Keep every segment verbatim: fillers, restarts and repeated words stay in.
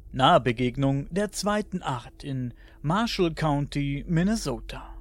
Nahbegegnung der zweiten Art in Marshall County, Minnesota.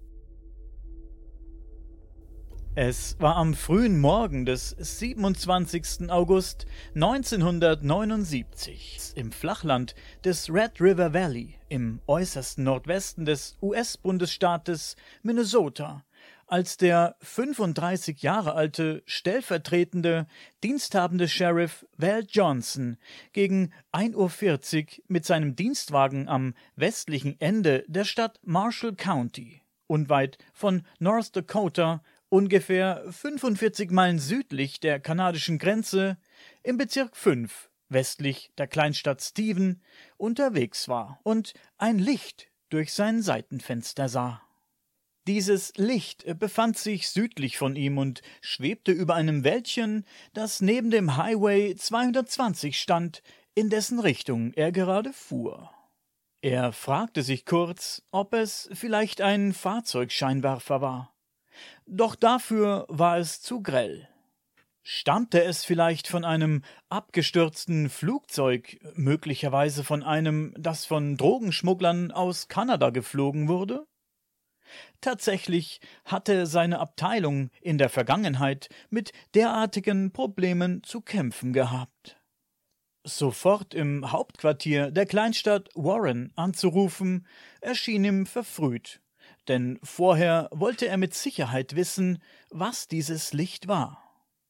Es war am frühen Morgen des siebenundzwanzigsten August neunzehnhundertneunundsiebzig im Flachland des Red River Valley im äußersten Nordwesten des U S-Bundesstaates Minnesota, als der fünfunddreißig Jahre alte stellvertretende diensthabende Sheriff Val Johnson gegen ein Uhr vierzig mit seinem Dienstwagen am westlichen Ende der Stadt Marshall County, unweit von North Dakota, ungefähr fünfundvierzig Meilen südlich der kanadischen Grenze, im Bezirk fünf, westlich der Kleinstadt Stephen, unterwegs war und ein Licht durch sein Seitenfenster sah. Dieses Licht befand sich südlich von ihm und schwebte über einem Wäldchen, das neben dem Highway zweihundertzwanzig stand, in dessen Richtung er gerade fuhr. Er fragte sich kurz, ob es vielleicht ein Fahrzeugscheinwerfer war. Doch dafür war es zu grell. Stammte es vielleicht von einem abgestürzten Flugzeug, möglicherweise von einem, das von Drogenschmugglern aus Kanada geflogen wurde? Tatsächlich hatte seine Abteilung in der Vergangenheit mit derartigen Problemen zu kämpfen gehabt. Sofort im Hauptquartier der Kleinstadt Warren anzurufen, erschien ihm verfrüht, denn vorher wollte er mit Sicherheit wissen, was dieses Licht war.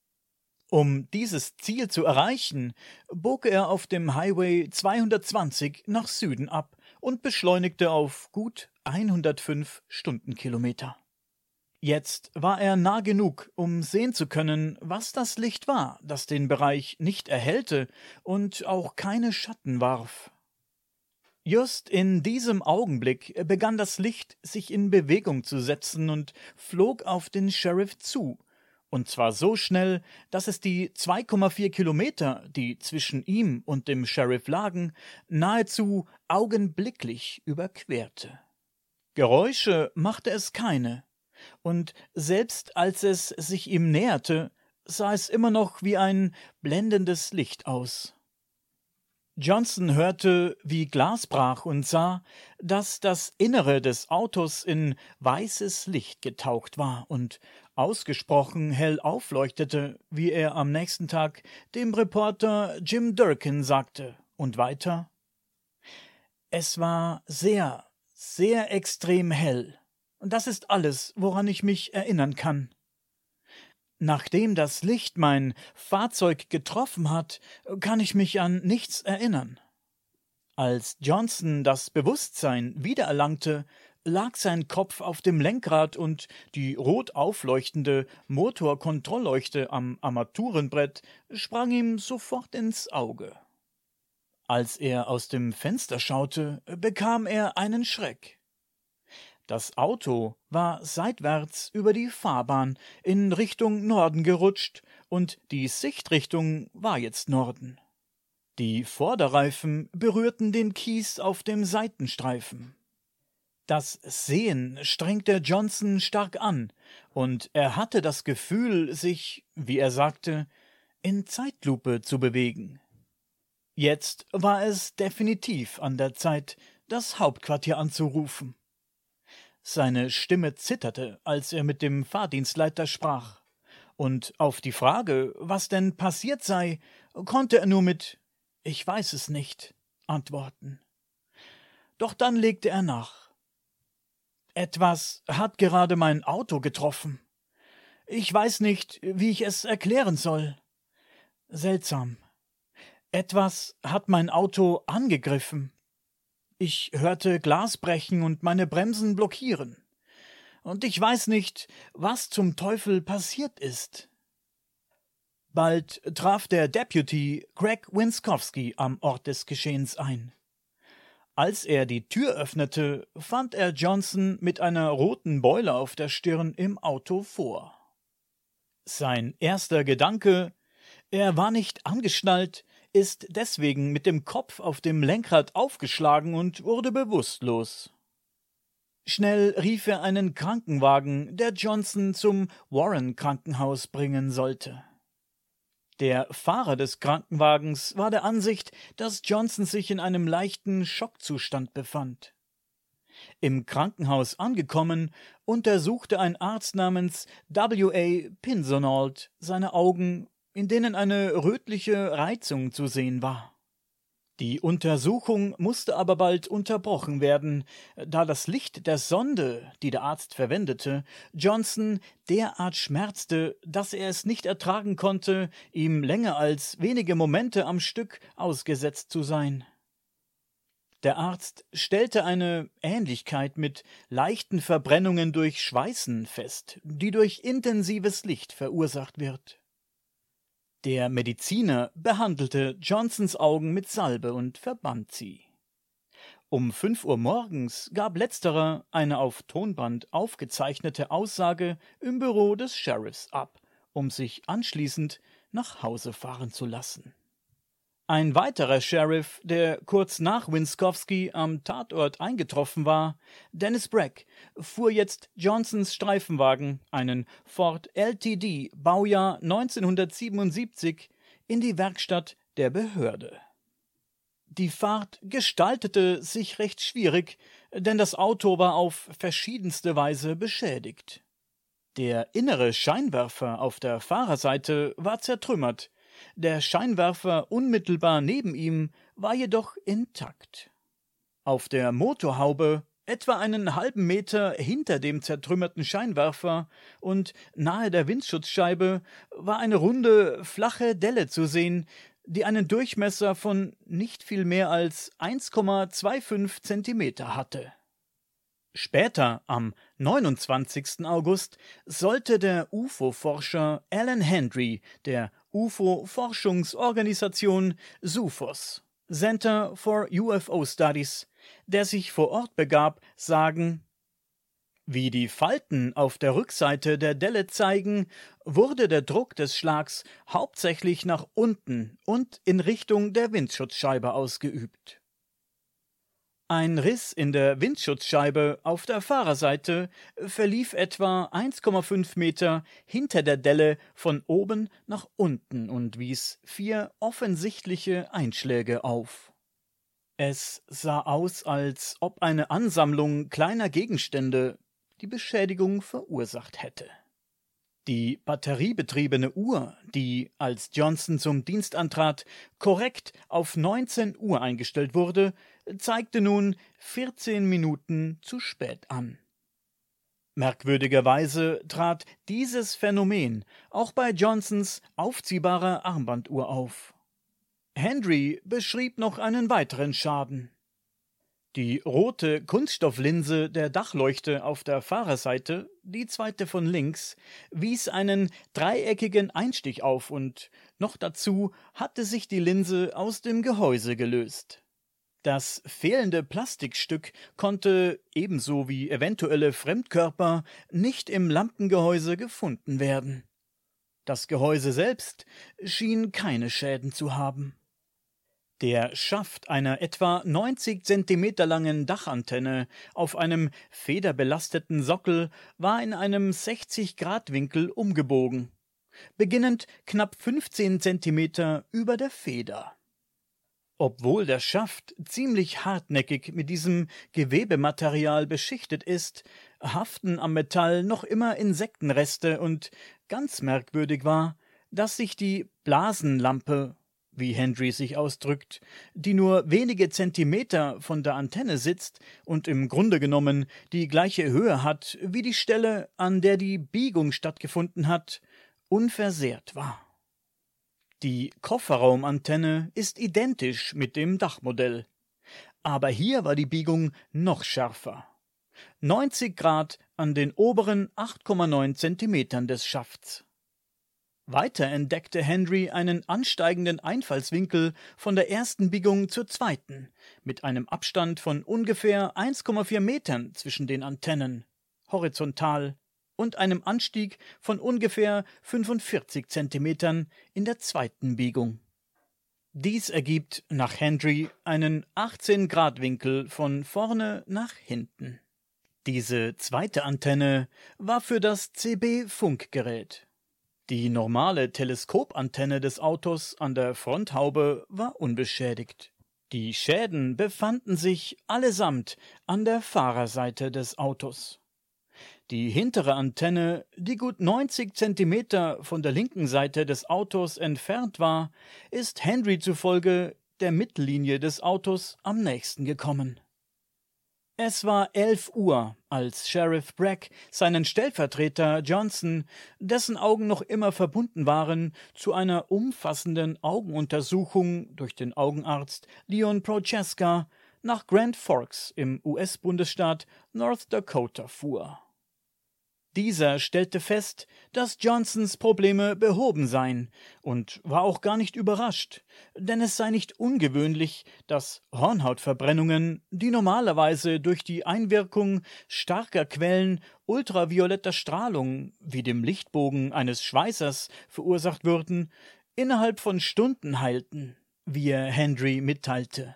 Um dieses Ziel zu erreichen, bog er auf dem Highway zweihundertzwanzig nach Süden ab und beschleunigte auf gut hundertfünf Stundenkilometer. Jetzt war er nah genug, um sehen zu können, was das Licht war, das den Bereich nicht erhellte und auch keine Schatten warf. Just in diesem Augenblick begann das Licht sich in Bewegung zu setzen und flog auf den Sheriff zu, und zwar so schnell, dass es die zwei Komma vier Kilometer, die zwischen ihm und dem Sheriff lagen, nahezu augenblicklich überquerte. Geräusche machte es keine, und selbst als es sich ihm näherte, sah es immer noch wie ein blendendes Licht aus. Johnson hörte, wie Glas brach und sah, dass das Innere des Autos in weißes Licht getaucht war und ausgesprochen hell aufleuchtete, wie er am nächsten Tag dem Reporter Jim Durkin sagte, und weiter: Es war sehr, sehr extrem hell, und das ist alles, woran ich mich erinnern kann. Nachdem das Licht mein Fahrzeug getroffen hat, kann ich mich an nichts erinnern. Als Johnson das Bewusstsein wiedererlangte, lag sein Kopf auf dem Lenkrad und die rot aufleuchtende Motorkontrollleuchte am Armaturenbrett sprang ihm sofort ins Auge. Als er aus dem Fenster schaute, bekam er einen Schreck. Das Auto war seitwärts über die Fahrbahn in Richtung Norden gerutscht, und die Sichtrichtung war jetzt Norden. Die Vorderreifen berührten den Kies auf dem Seitenstreifen. Das Sehen strengte Johnson stark an, und er hatte das Gefühl, sich, wie er sagte, in Zeitlupe zu bewegen. Jetzt war es definitiv an der Zeit, das Hauptquartier anzurufen. Seine Stimme zitterte, als er mit dem Fahrdienstleiter sprach, und auf die Frage, was denn passiert sei, konnte er nur mit »Ich weiß es nicht« antworten. Doch dann legte er nach. »Etwas hat gerade mein Auto getroffen. Ich weiß nicht, wie ich es erklären soll. Seltsam. Etwas hat mein Auto angegriffen. Ich hörte Glas brechen und meine Bremsen blockieren. Und ich weiß nicht, was zum Teufel passiert ist.« Bald traf der Deputy Greg Winskowski am Ort des Geschehens ein. Als er die Tür öffnete, fand er Johnson mit einer roten Beule auf der Stirn im Auto vor. Sein erster Gedanke: Er war nicht angeschnallt, ist deswegen mit dem Kopf auf dem Lenkrad aufgeschlagen und wurde bewusstlos. Schnell rief er einen Krankenwagen, der Johnson zum Warren-Krankenhaus bringen sollte. Der Fahrer des Krankenwagens war der Ansicht, dass Johnson sich in einem leichten Schockzustand befand. Im Krankenhaus angekommen, untersuchte ein Arzt namens W A Pinsonault seine Augen, in denen eine rötliche Reizung zu sehen war. Die Untersuchung musste aber bald unterbrochen werden, da das Licht der Sonde, die der Arzt verwendete, Johnson derart schmerzte, dass er es nicht ertragen konnte, ihm länger als wenige Momente am Stück ausgesetzt zu sein. Der Arzt stellte eine Ähnlichkeit mit leichten Verbrennungen durch Schweißen fest, die durch intensives Licht verursacht wird. Der Mediziner behandelte Johnsons Augen mit Salbe und verband sie. Um fünf Uhr morgens gab letzterer eine auf Tonband aufgezeichnete Aussage im Büro des Sheriffs ab, um sich anschließend nach Hause fahren zu lassen. Ein weiterer Sheriff, der kurz nach Winskowski am Tatort eingetroffen war, Dennis Bragg, fuhr jetzt Johnsons Streifenwagen, einen Ford L T D, Baujahr neunzehnhundertsiebenundsiebzig, in die Werkstatt der Behörde. Die Fahrt gestaltete sich recht schwierig, denn das Auto war auf verschiedenste Weise beschädigt. Der innere Scheinwerfer auf der Fahrerseite war zertrümmert, der Scheinwerfer unmittelbar neben ihm war jedoch intakt. Auf der Motorhaube, etwa einen halben Meter hinter dem zertrümmerten Scheinwerfer und nahe der Windschutzscheibe, war eine runde, flache Delle zu sehen, die einen Durchmesser von nicht viel mehr als eins Komma fünfundzwanzig Zentimeter hatte. Später, am neunundzwanzigsten August, sollte der U F O-Forscher Alan Hendry der U F O-Forschungsorganisation S U F O S, Center for U F O Studies, der sich vor Ort begab, sagen: Wie die Falten auf der Rückseite der Delle zeigen, wurde der Druck des Schlags hauptsächlich nach unten und in Richtung der Windschutzscheibe ausgeübt. Ein Riss in der Windschutzscheibe auf der Fahrerseite verlief etwa eins Komma fünf Meter hinter der Delle von oben nach unten und wies vier offensichtliche Einschläge auf. Es sah aus, als ob eine Ansammlung kleiner Gegenstände die Beschädigung verursacht hätte. Die batteriebetriebene Uhr, die, als Johnson zum Dienst antrat, korrekt auf neunzehn Uhr eingestellt wurde, zeigte nun vierzehn Minuten zu spät an. Merkwürdigerweise trat dieses Phänomen auch bei Johnsons aufziehbarer Armbanduhr auf. Hendry beschrieb noch einen weiteren Schaden. Die rote Kunststofflinse der Dachleuchte auf der Fahrerseite, die zweite von links, wies einen dreieckigen Einstich auf und noch dazu hatte sich die Linse aus dem Gehäuse gelöst. Das fehlende Plastikstück konnte, ebenso wie eventuelle Fremdkörper, nicht im Lampengehäuse gefunden werden. Das Gehäuse selbst schien keine Schäden zu haben. Der Schaft einer etwa neunzig Zentimeter langen Dachantenne auf einem federbelasteten Sockel war in einem sechzig Grad Winkel umgebogen, beginnend knapp fünfzehn Zentimeter über der Feder. Obwohl der Schaft ziemlich hartnäckig mit diesem Gewebematerial beschichtet ist, haften am Metall noch immer Insektenreste und ganz merkwürdig war, dass sich die Blasenlampe, wie Hendry sich ausdrückt, die nur wenige Zentimeter von der Antenne sitzt und im Grunde genommen die gleiche Höhe hat wie die Stelle, an der die Biegung stattgefunden hat, unversehrt war. Die Kofferraumantenne ist identisch mit dem Dachmodell, aber hier war die Biegung noch schärfer. neunzig Grad an den oberen acht Komma neun Zentimetern des Schafts. Weiter entdeckte Hendry einen ansteigenden Einfallswinkel von der ersten Biegung zur zweiten, mit einem Abstand von ungefähr eins Komma vier Metern zwischen den Antennen, horizontal, und einem Anstieg von ungefähr fünfundvierzig Zentimetern in der zweiten Biegung. Dies ergibt nach Hendry einen achtzehn Grad Winkel von vorne nach hinten. Diese zweite Antenne war für das C B-Funkgerät. Die normale Teleskopantenne des Autos an der Fronthaube war unbeschädigt. Die Schäden befanden sich allesamt an der Fahrerseite des Autos. Die hintere Antenne, die gut neunzig Zentimeter von der linken Seite des Autos entfernt war, ist Hendry zufolge der Mittellinie des Autos am nächsten gekommen. Es war elf Uhr, als Sheriff Bragg seinen Stellvertreter Johnson, dessen Augen noch immer verbunden waren, zu einer umfassenden Augenuntersuchung durch den Augenarzt Leon Prochaska nach Grand Forks im U S-Bundesstaat North Dakota fuhr. Dieser stellte fest, dass Johnsons Probleme behoben seien und war auch gar nicht überrascht, denn es sei nicht ungewöhnlich, dass Hornhautverbrennungen, die normalerweise durch die Einwirkung starker Quellen ultravioletter Strahlung wie dem Lichtbogen eines Schweißers verursacht würden, innerhalb von Stunden heilten, wie er Hendry mitteilte.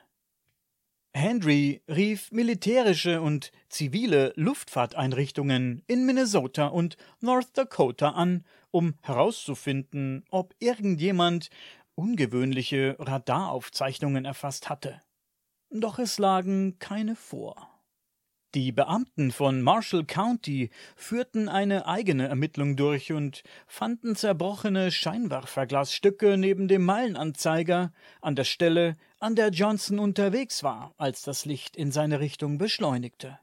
Hendry rief militärische und zivile Luftfahrteinrichtungen in Minnesota und North Dakota an, um herauszufinden, ob irgendjemand ungewöhnliche Radaraufzeichnungen erfasst hatte. Doch es lagen keine vor. Die Beamten von Marshall County führten eine eigene Ermittlung durch und fanden zerbrochene Scheinwerferglasstücke neben dem Meilenanzeiger an der Stelle, an der Johnson unterwegs war, als das Licht in seine Richtung beschleunigte.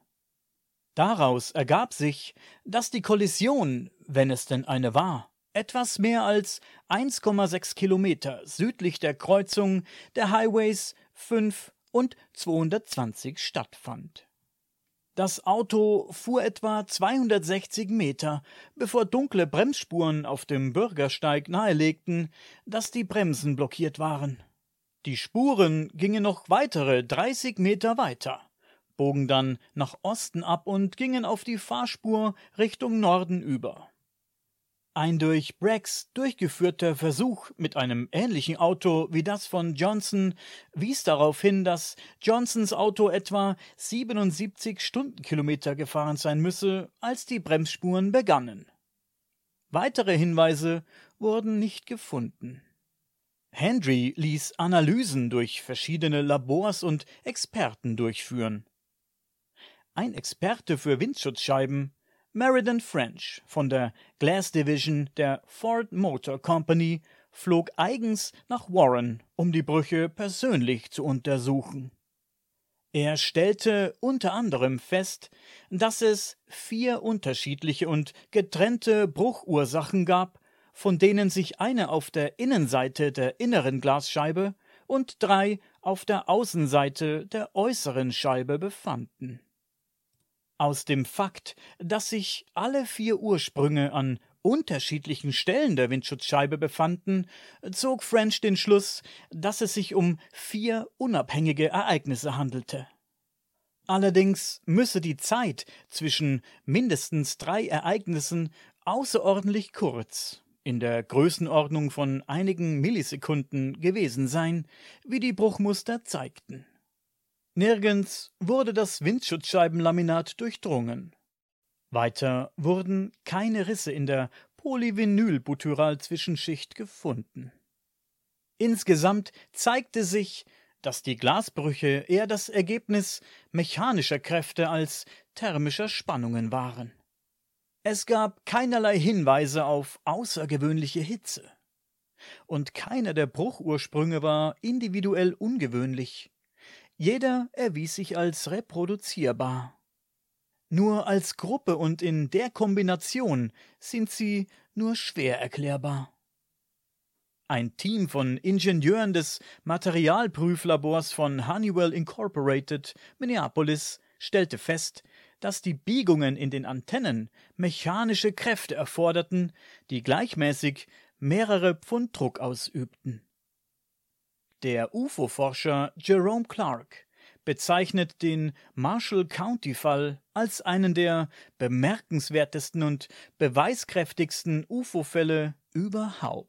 Daraus ergab sich, dass die Kollision, wenn es denn eine war, etwas mehr als eins Komma sechs Kilometer südlich der Kreuzung der Highways fünf und zweihundertzwanzig stattfand. Das Auto fuhr etwa zweihundertsechzig Meter, bevor dunkle Bremsspuren auf dem Bürgersteig nahelegten, dass die Bremsen blockiert waren. Die Spuren gingen noch weitere dreißig Meter weiter, bogen dann nach Osten ab und gingen auf die Fahrspur Richtung Norden über. Ein durch Braggs durchgeführter Versuch mit einem ähnlichen Auto wie das von Johnson wies darauf hin, dass Johnsons Auto etwa siebenundsiebzig Stundenkilometer gefahren sein müsse, als die Bremsspuren begannen. Weitere Hinweise wurden nicht gefunden. Hendry ließ Analysen durch verschiedene Labors und Experten durchführen. Ein Experte für Windschutzscheiben, Meriden French von der Glass Division der Ford Motor Company, flog eigens nach Warren, um die Brüche persönlich zu untersuchen. Er stellte unter anderem fest, dass es vier unterschiedliche und getrennte Bruchursachen gab, von denen sich eine auf der Innenseite der inneren Glasscheibe und drei auf der Außenseite der äußeren Scheibe befanden. Aus dem Fakt, dass sich alle vier Ursprünge an unterschiedlichen Stellen der Windschutzscheibe befanden, zog French den Schluss, dass es sich um vier unabhängige Ereignisse handelte. Allerdings müsse die Zeit zwischen mindestens drei Ereignissen außerordentlich kurz, in der Größenordnung von einigen Millisekunden gewesen sein, wie die Bruchmuster zeigten. Nirgends wurde das Windschutzscheibenlaminat durchdrungen. Weiter wurden keine Risse in der Polyvinyl-Butyral-Zwischenschicht gefunden. Insgesamt zeigte sich, dass die Glasbrüche eher das Ergebnis mechanischer Kräfte als thermischer Spannungen waren. Es gab keinerlei Hinweise auf außergewöhnliche Hitze. Und keiner der Bruchursprünge war individuell ungewöhnlich. Jeder erwies sich als reproduzierbar. Nur als Gruppe und in der Kombination sind sie nur schwer erklärbar. Ein Team von Ingenieuren des Materialprüflabors von Honeywell Incorporated, Minneapolis, stellte fest, dass die Biegungen in den Antennen mechanische Kräfte erforderten, die gleichmäßig mehrere Pfund Druck ausübten. Der U F O-Forscher Jerome Clark bezeichnet den Marshall-County-Fall als einen der bemerkenswertesten und beweiskräftigsten U F O-Fälle überhaupt.